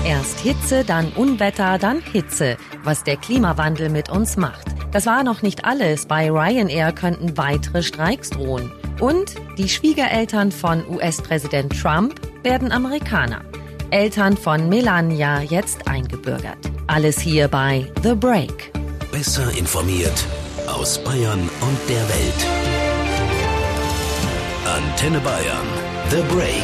Erst Hitze, dann Unwetter, dann Hitze, was der Klimawandel mit uns macht. Das war noch nicht alles. Bei Ryanair könnten weitere Streiks drohen. Und die Schwiegereltern von US-Präsident Trump werden Amerikaner. Eltern von Melania jetzt eingebürgert. Alles hier bei The Break. Besser informiert aus Bayern und der Welt. Antenne Bayern. The Break.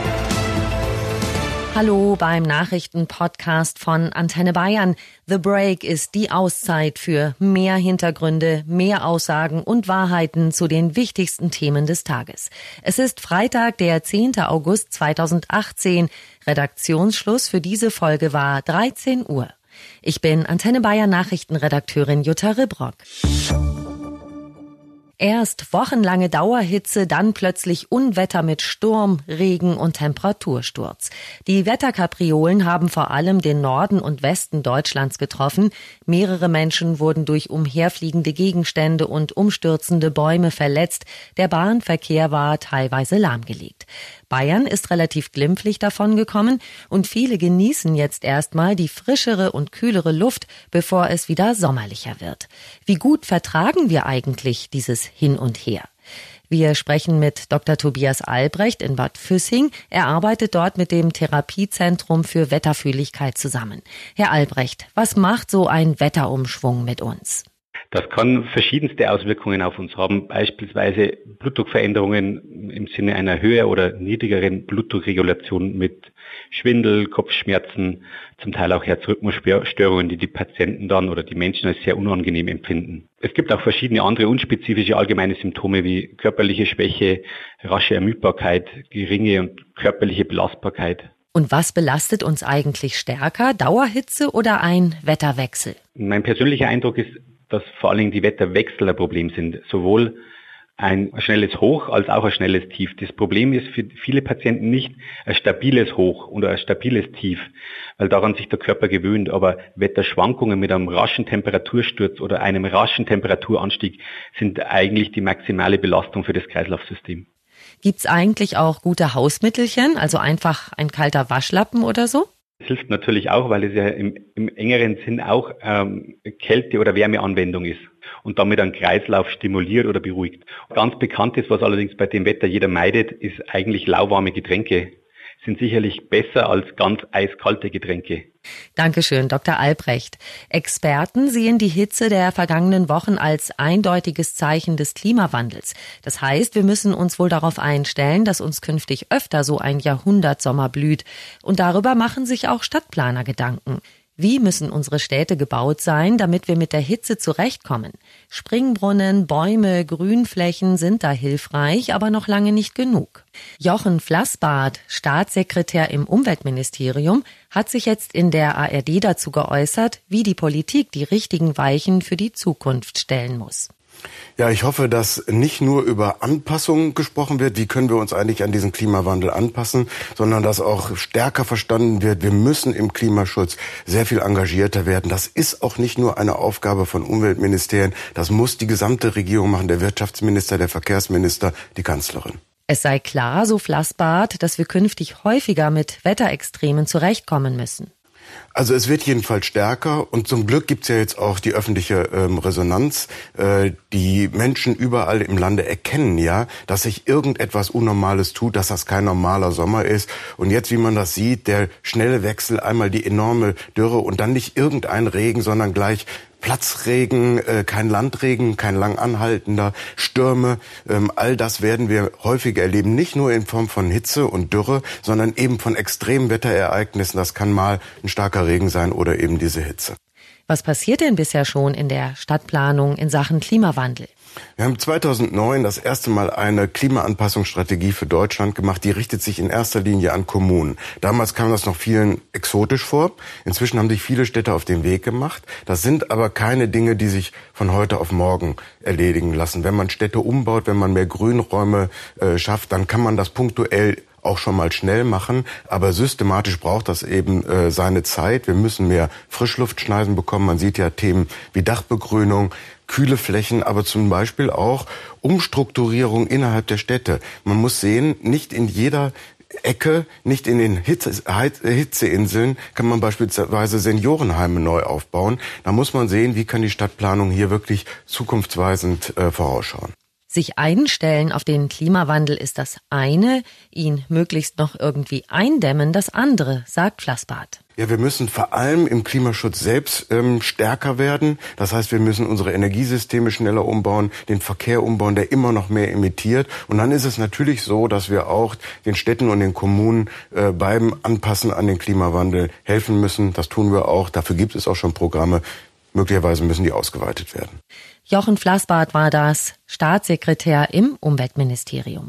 Hallo beim Nachrichtenpodcast von Antenne Bayern. The Break ist die Auszeit für mehr Hintergründe, mehr Aussagen und Wahrheiten zu den wichtigsten Themen des Tages. Es ist Freitag, der 10. August 2018. Redaktionsschluss für diese Folge war 13 Uhr. Ich bin Antenne Bayern Nachrichtenredakteurin Jutta Ribrock. Erst wochenlange Dauerhitze, dann plötzlich Unwetter mit Sturm, Regen und Temperatursturz. Die Wetterkapriolen haben vor allem den Norden und Westen Deutschlands getroffen. Mehrere Menschen wurden durch umherfliegende Gegenstände und umstürzende Bäume verletzt. Der Bahnverkehr war teilweise lahmgelegt. Bayern ist relativ glimpflich davongekommen und viele genießen jetzt erstmal die frischere und kühlere Luft, bevor es wieder sommerlicher wird. Wie gut vertragen wir eigentlich dieses Hin und Her? Wir sprechen mit Dr. Tobias Albrecht in Bad Füssing. Er arbeitet dort mit dem Therapiezentrum für Wetterfühligkeit zusammen. Herr Albrecht, was macht so ein Wetterumschwung mit uns? Das kann verschiedenste Auswirkungen auf uns haben, beispielsweise Blutdruckveränderungen im Sinne einer höher oder niedrigeren Blutdruckregulation mit Schwindel, Kopfschmerzen, zum Teil auch Herzrhythmusstörungen, die die Patienten dann oder die Menschen als sehr unangenehm empfinden. Es gibt auch verschiedene andere unspezifische allgemeine Symptome wie körperliche Schwäche, rasche Ermüdbarkeit, geringe und körperliche Belastbarkeit. Und was belastet uns eigentlich stärker, Dauerhitze oder ein Wetterwechsel? Mein persönlicher Eindruck ist, dass vor allen Dingen die Wetterwechsel ein Problem sind. Sowohl ein schnelles Hoch als auch ein schnelles Tief. Das Problem ist für viele Patienten nicht ein stabiles Hoch oder ein stabiles Tief, weil daran sich der Körper gewöhnt. Aber Wetterschwankungen mit einem raschen Temperatursturz oder einem raschen Temperaturanstieg sind eigentlich die maximale Belastung für das Kreislaufsystem. Gibt's eigentlich auch gute Hausmittelchen, also einfach ein kalter Waschlappen oder so? Das hilft natürlich auch, weil es ja im engeren Sinn auch Kälte- oder Wärmeanwendung ist und damit einen Kreislauf stimuliert oder beruhigt. Ganz bekannt ist, was allerdings bei dem Wetter jeder meidet, ist eigentlich lauwarme Getränke. Sind sicherlich besser als ganz eiskalte Getränke. Dankeschön, Dr. Albrecht. Experten sehen die Hitze der vergangenen Wochen als eindeutiges Zeichen des Klimawandels. Das heißt, wir müssen uns wohl darauf einstellen, dass uns künftig öfter so ein Jahrhundertsommer blüht. Und darüber machen sich auch Stadtplaner Gedanken. Wie müssen unsere Städte gebaut sein, damit wir mit der Hitze zurechtkommen? Springbrunnen, Bäume, Grünflächen sind da hilfreich, aber noch lange nicht genug. Jochen Flassbart, Staatssekretär im Umweltministerium, hat sich jetzt in der ARD dazu geäußert, wie die Politik die richtigen Weichen für die Zukunft stellen muss. Ja, ich hoffe, dass nicht nur über Anpassungen gesprochen wird, wie können wir uns eigentlich an diesen Klimawandel anpassen, sondern dass auch stärker verstanden wird, wir müssen im Klimaschutz sehr viel engagierter werden. Das ist auch nicht nur eine Aufgabe von Umweltministerien, das muss die gesamte Regierung machen, der Wirtschaftsminister, der Verkehrsminister, die Kanzlerin. Es sei klar, so Flassbart, dass wir künftig häufiger mit Wetterextremen zurechtkommen müssen. Also es wird jedenfalls stärker und zum Glück gibt's ja jetzt auch die öffentliche Resonanz. Die Menschen überall im Lande erkennen ja, dass sich irgendetwas Unnormales tut, dass das kein normaler Sommer ist. Und jetzt, wie man das sieht, der schnelle Wechsel, einmal die enorme Dürre und dann nicht irgendein Regen, sondern gleich Platzregen, kein Landregen, kein lang anhaltender, Stürme, all das werden wir häufiger erleben, nicht nur in Form von Hitze und Dürre, sondern eben von extremen Wetterereignissen. Das kann mal ein starker Regen sein oder eben diese Hitze. Was passiert denn bisher schon in der Stadtplanung in Sachen Klimawandel? Wir haben 2009 das erste Mal eine Klimaanpassungsstrategie für Deutschland gemacht. Die richtet sich in erster Linie an Kommunen. Damals kam das noch vielen exotisch vor. Inzwischen haben sich viele Städte auf den Weg gemacht. Das sind aber keine Dinge, die sich von heute auf morgen erledigen lassen. Wenn man Städte umbaut, wenn man mehr Grünräume schafft, dann kann man das punktuell auch schon mal schnell machen, aber systematisch braucht das eben seine Zeit. Wir müssen mehr Frischluftschneisen bekommen. Man sieht ja Themen wie Dachbegrünung, kühle Flächen, aber zum Beispiel auch Umstrukturierung innerhalb der Städte. Man muss sehen, nicht in jeder Ecke, nicht in den Hitzeinseln, kann man beispielsweise Seniorenheime neu aufbauen. Da muss man sehen, wie kann die Stadtplanung hier wirklich zukunftsweisend vorausschauen. Sich einstellen auf den Klimawandel ist das eine, ihn möglichst noch irgendwie eindämmen das andere, sagt Flassbart. Ja, wir müssen vor allem im Klimaschutz selbst stärker werden. Das heißt, wir müssen unsere Energiesysteme schneller umbauen, den Verkehr umbauen, der immer noch mehr emittiert. Und dann ist es natürlich so, dass wir auch den Städten und den Kommunen beim Anpassen an den Klimawandel helfen müssen. Das tun wir auch. Dafür gibt es auch schon Programme. Möglicherweise müssen die ausgeweitet werden. Jochen Flassbart war das, Staatssekretär im Umweltministerium.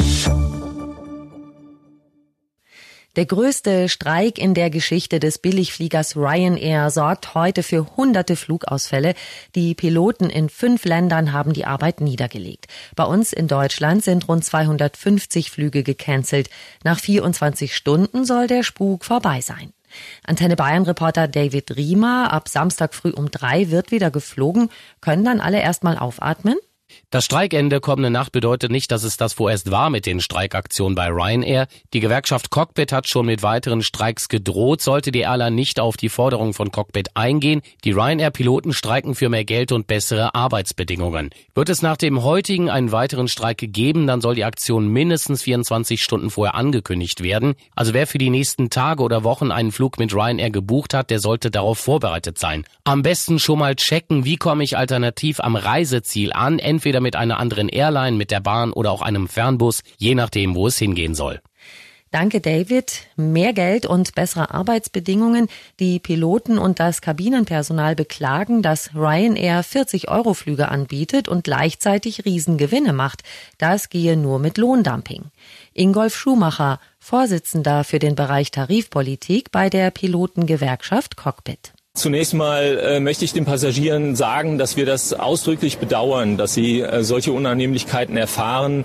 Der größte Streik in der Geschichte des Billigfliegers Ryanair sorgt heute für hunderte Flugausfälle. Die Piloten in 5 Ländern haben die Arbeit niedergelegt. Bei uns in Deutschland sind rund 250 Flüge gecancelt. Nach 24 Stunden soll der Spuk vorbei sein. Antenne Bayern-Reporter David Riemer, ab Samstag früh um 3 wird wieder geflogen. Können dann alle erstmal aufatmen? Das Streikende kommende Nacht bedeutet nicht, dass es das vorerst war mit den Streikaktionen bei Ryanair. Die Gewerkschaft Cockpit hat schon mit weiteren Streiks gedroht, sollte die Airline nicht auf die Forderungen von Cockpit eingehen. Die Ryanair-Piloten streiken für mehr Geld und bessere Arbeitsbedingungen. Wird es nach dem heutigen einen weiteren Streik geben, dann soll die Aktion mindestens 24 Stunden vorher angekündigt werden. Also wer für die nächsten Tage oder Wochen einen Flug mit Ryanair gebucht hat, der sollte darauf vorbereitet sein. Am besten schon mal checken, wie komme ich alternativ am Reiseziel an, entweder mit einer anderen Airline, mit der Bahn oder auch einem Fernbus, je nachdem, wo es hingehen soll. Danke, David. Mehr Geld und bessere Arbeitsbedingungen. Die Piloten und das Kabinenpersonal beklagen, dass Ryanair 40-Euro-Flüge anbietet und gleichzeitig Riesengewinne macht. Das gehe nur mit Lohndumping. Ingolf Schumacher, Vorsitzender für den Bereich Tarifpolitik bei der Pilotengewerkschaft Cockpit. Zunächst mal möchte ich den Passagieren sagen, dass wir das ausdrücklich bedauern, dass sie solche Unannehmlichkeiten erfahren.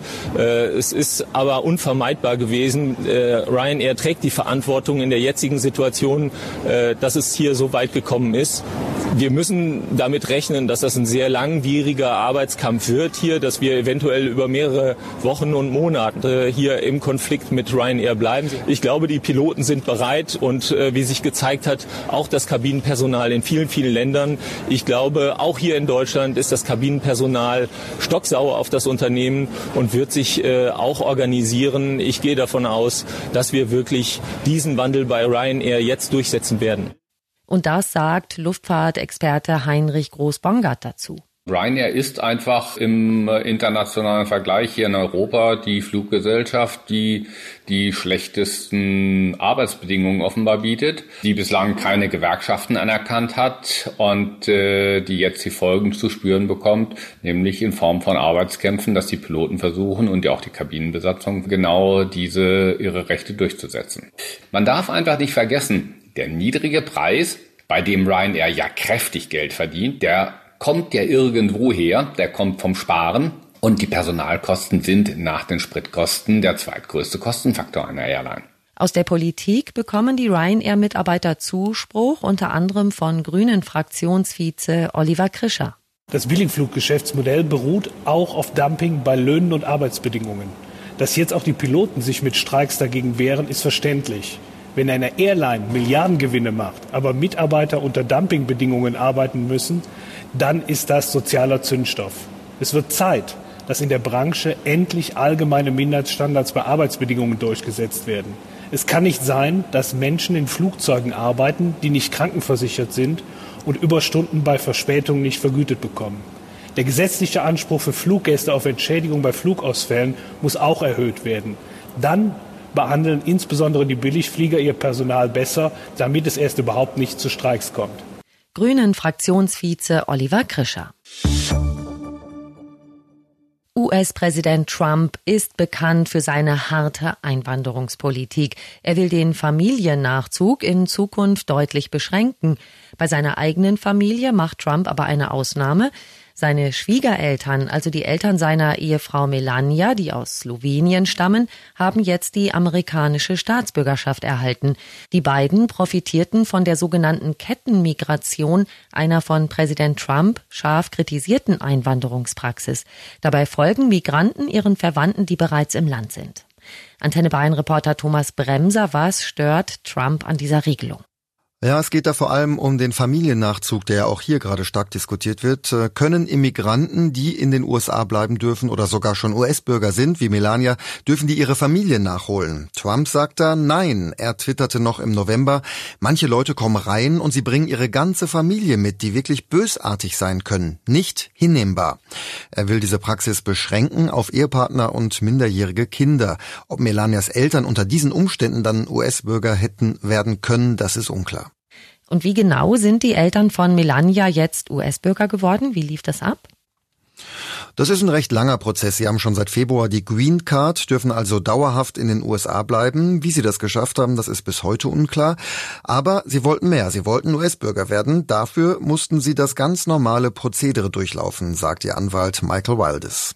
Es ist aber unvermeidbar gewesen. Ryanair trägt die Verantwortung in der jetzigen Situation, dass es hier so weit gekommen ist. Wir müssen damit rechnen, dass das ein sehr langwieriger Arbeitskampf wird hier, dass wir eventuell über mehrere Wochen und Monate hier im Konflikt mit Ryanair bleiben. Ich glaube, die Piloten sind bereit und wie sich gezeigt hat, auch das Kabinenpersonal in vielen, vielen Ländern. Ich glaube, auch hier in Deutschland ist das Kabinenpersonal stocksauer auf das Unternehmen und wird sich auch organisieren. Ich gehe davon aus, dass wir wirklich diesen Wandel bei Ryanair jetzt durchsetzen werden. Und das sagt Luftfahrtexperte Heinrich Groß-Bongard dazu. Ryanair ist einfach im internationalen Vergleich hier in Europa die Fluggesellschaft, die die schlechtesten Arbeitsbedingungen offenbar bietet, die bislang keine Gewerkschaften anerkannt hat und die jetzt die Folgen zu spüren bekommt, nämlich in Form von Arbeitskämpfen, dass die Piloten versuchen und auch die Kabinenbesatzung genau ihre Rechte durchzusetzen. Man darf einfach nicht vergessen, der niedrige Preis, bei dem Ryanair ja kräftig Geld verdient, der kommt ja irgendwo her, der kommt vom Sparen und die Personalkosten sind nach den Spritkosten der zweitgrößte Kostenfaktor einer Airline. Aus der Politik bekommen die Ryanair-Mitarbeiter Zuspruch, unter anderem von Grünen-Fraktionsvize Oliver Krischer. Das Billigfluggeschäftsmodell beruht auch auf Dumping bei Löhnen und Arbeitsbedingungen. Dass jetzt auch die Piloten sich mit Streiks dagegen wehren, ist verständlich. Wenn eine Airline Milliardengewinne macht, aber Mitarbeiter unter Dumpingbedingungen arbeiten müssen, dann ist das sozialer Zündstoff. Es wird Zeit, dass in der Branche endlich allgemeine Mindeststandards bei Arbeitsbedingungen durchgesetzt werden. Es kann nicht sein, dass Menschen in Flugzeugen arbeiten, die nicht krankenversichert sind und Überstunden bei Verspätungen nicht vergütet bekommen. Der gesetzliche Anspruch für Fluggäste auf Entschädigung bei Flugausfällen muss auch erhöht werden. Dann behandeln insbesondere die Billigflieger ihr Personal besser, damit es erst überhaupt nicht zu Streiks kommt. Grünen-Fraktionsvize Oliver Krischer. US-Präsident Trump ist bekannt für seine harte Einwanderungspolitik. Er will den Familiennachzug in Zukunft deutlich beschränken. Bei seiner eigenen Familie macht Trump aber eine Ausnahme. Seine Schwiegereltern, also die Eltern seiner Ehefrau Melania, die aus Slowenien stammen, haben jetzt die amerikanische Staatsbürgerschaft erhalten. Die beiden profitierten von der sogenannten Kettenmigration, einer von Präsident Trump scharf kritisierten Einwanderungspraxis. Dabei folgen Migranten ihren Verwandten, die bereits im Land sind. Antenne Bayern-Reporter Thomas Bremser, was stört Trump an dieser Regelung? Ja, es geht da vor allem um den Familiennachzug, der ja auch hier gerade stark diskutiert wird. Können Immigranten, die in den USA bleiben dürfen oder sogar schon US-Bürger sind, wie Melania, dürfen die ihre Familie nachholen? Trump sagt da nein. Er twitterte noch im November, manche Leute kommen rein und sie bringen ihre ganze Familie mit, die wirklich bösartig sein können. Nicht hinnehmbar. Er will diese Praxis beschränken auf Ehepartner und minderjährige Kinder. Ob Melanias Eltern unter diesen Umständen dann US-Bürger hätten werden können, das ist unklar. Und wie genau sind die Eltern von Melania jetzt US-Bürger geworden? Wie lief das ab? Das ist ein recht langer Prozess. Sie haben schon seit Februar die Green Card, dürfen also dauerhaft in den USA bleiben. Wie sie das geschafft haben, das ist bis heute unklar. Aber sie wollten mehr. Sie wollten US-Bürger werden. Dafür mussten sie das ganz normale Prozedere durchlaufen, sagt ihr Anwalt Michael Wildes.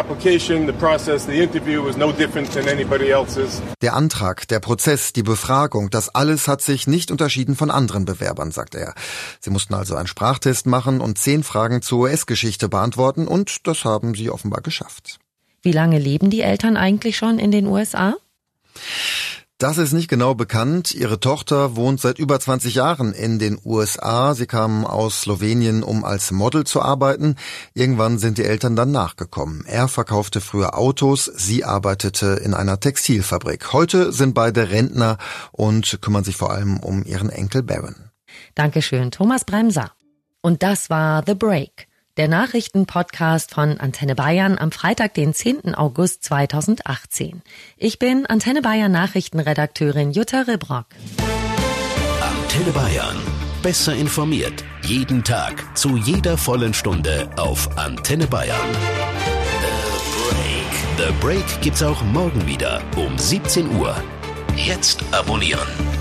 Der Antrag, der Prozess, die Befragung, das alles hat sich nicht unterschieden von anderen Bewerbern, sagt er. Sie mussten also einen Sprachtest machen und 10 Fragen zur US-Geschichte beantworten und das haben sie offenbar geschafft. Wie lange leben die Eltern eigentlich schon in den USA? Das ist nicht genau bekannt. Ihre Tochter wohnt seit über 20 Jahren in den USA. Sie kam aus Slowenien, um als Model zu arbeiten. Irgendwann sind die Eltern dann nachgekommen. Er verkaufte früher Autos, sie arbeitete in einer Textilfabrik. Heute sind beide Rentner und kümmern sich vor allem um ihren Enkel Barron. Dankeschön, Thomas Bremser. Und das war The Break, der Nachrichtenpodcast von Antenne Bayern am Freitag, den 10. August 2018. Ich bin Antenne Bayern Nachrichtenredakteurin Jutta Ribrock. Antenne Bayern. Besser informiert. Jeden Tag. Zu jeder vollen Stunde auf Antenne Bayern. The Break gibt's auch morgen wieder um 17 Uhr. Jetzt abonnieren.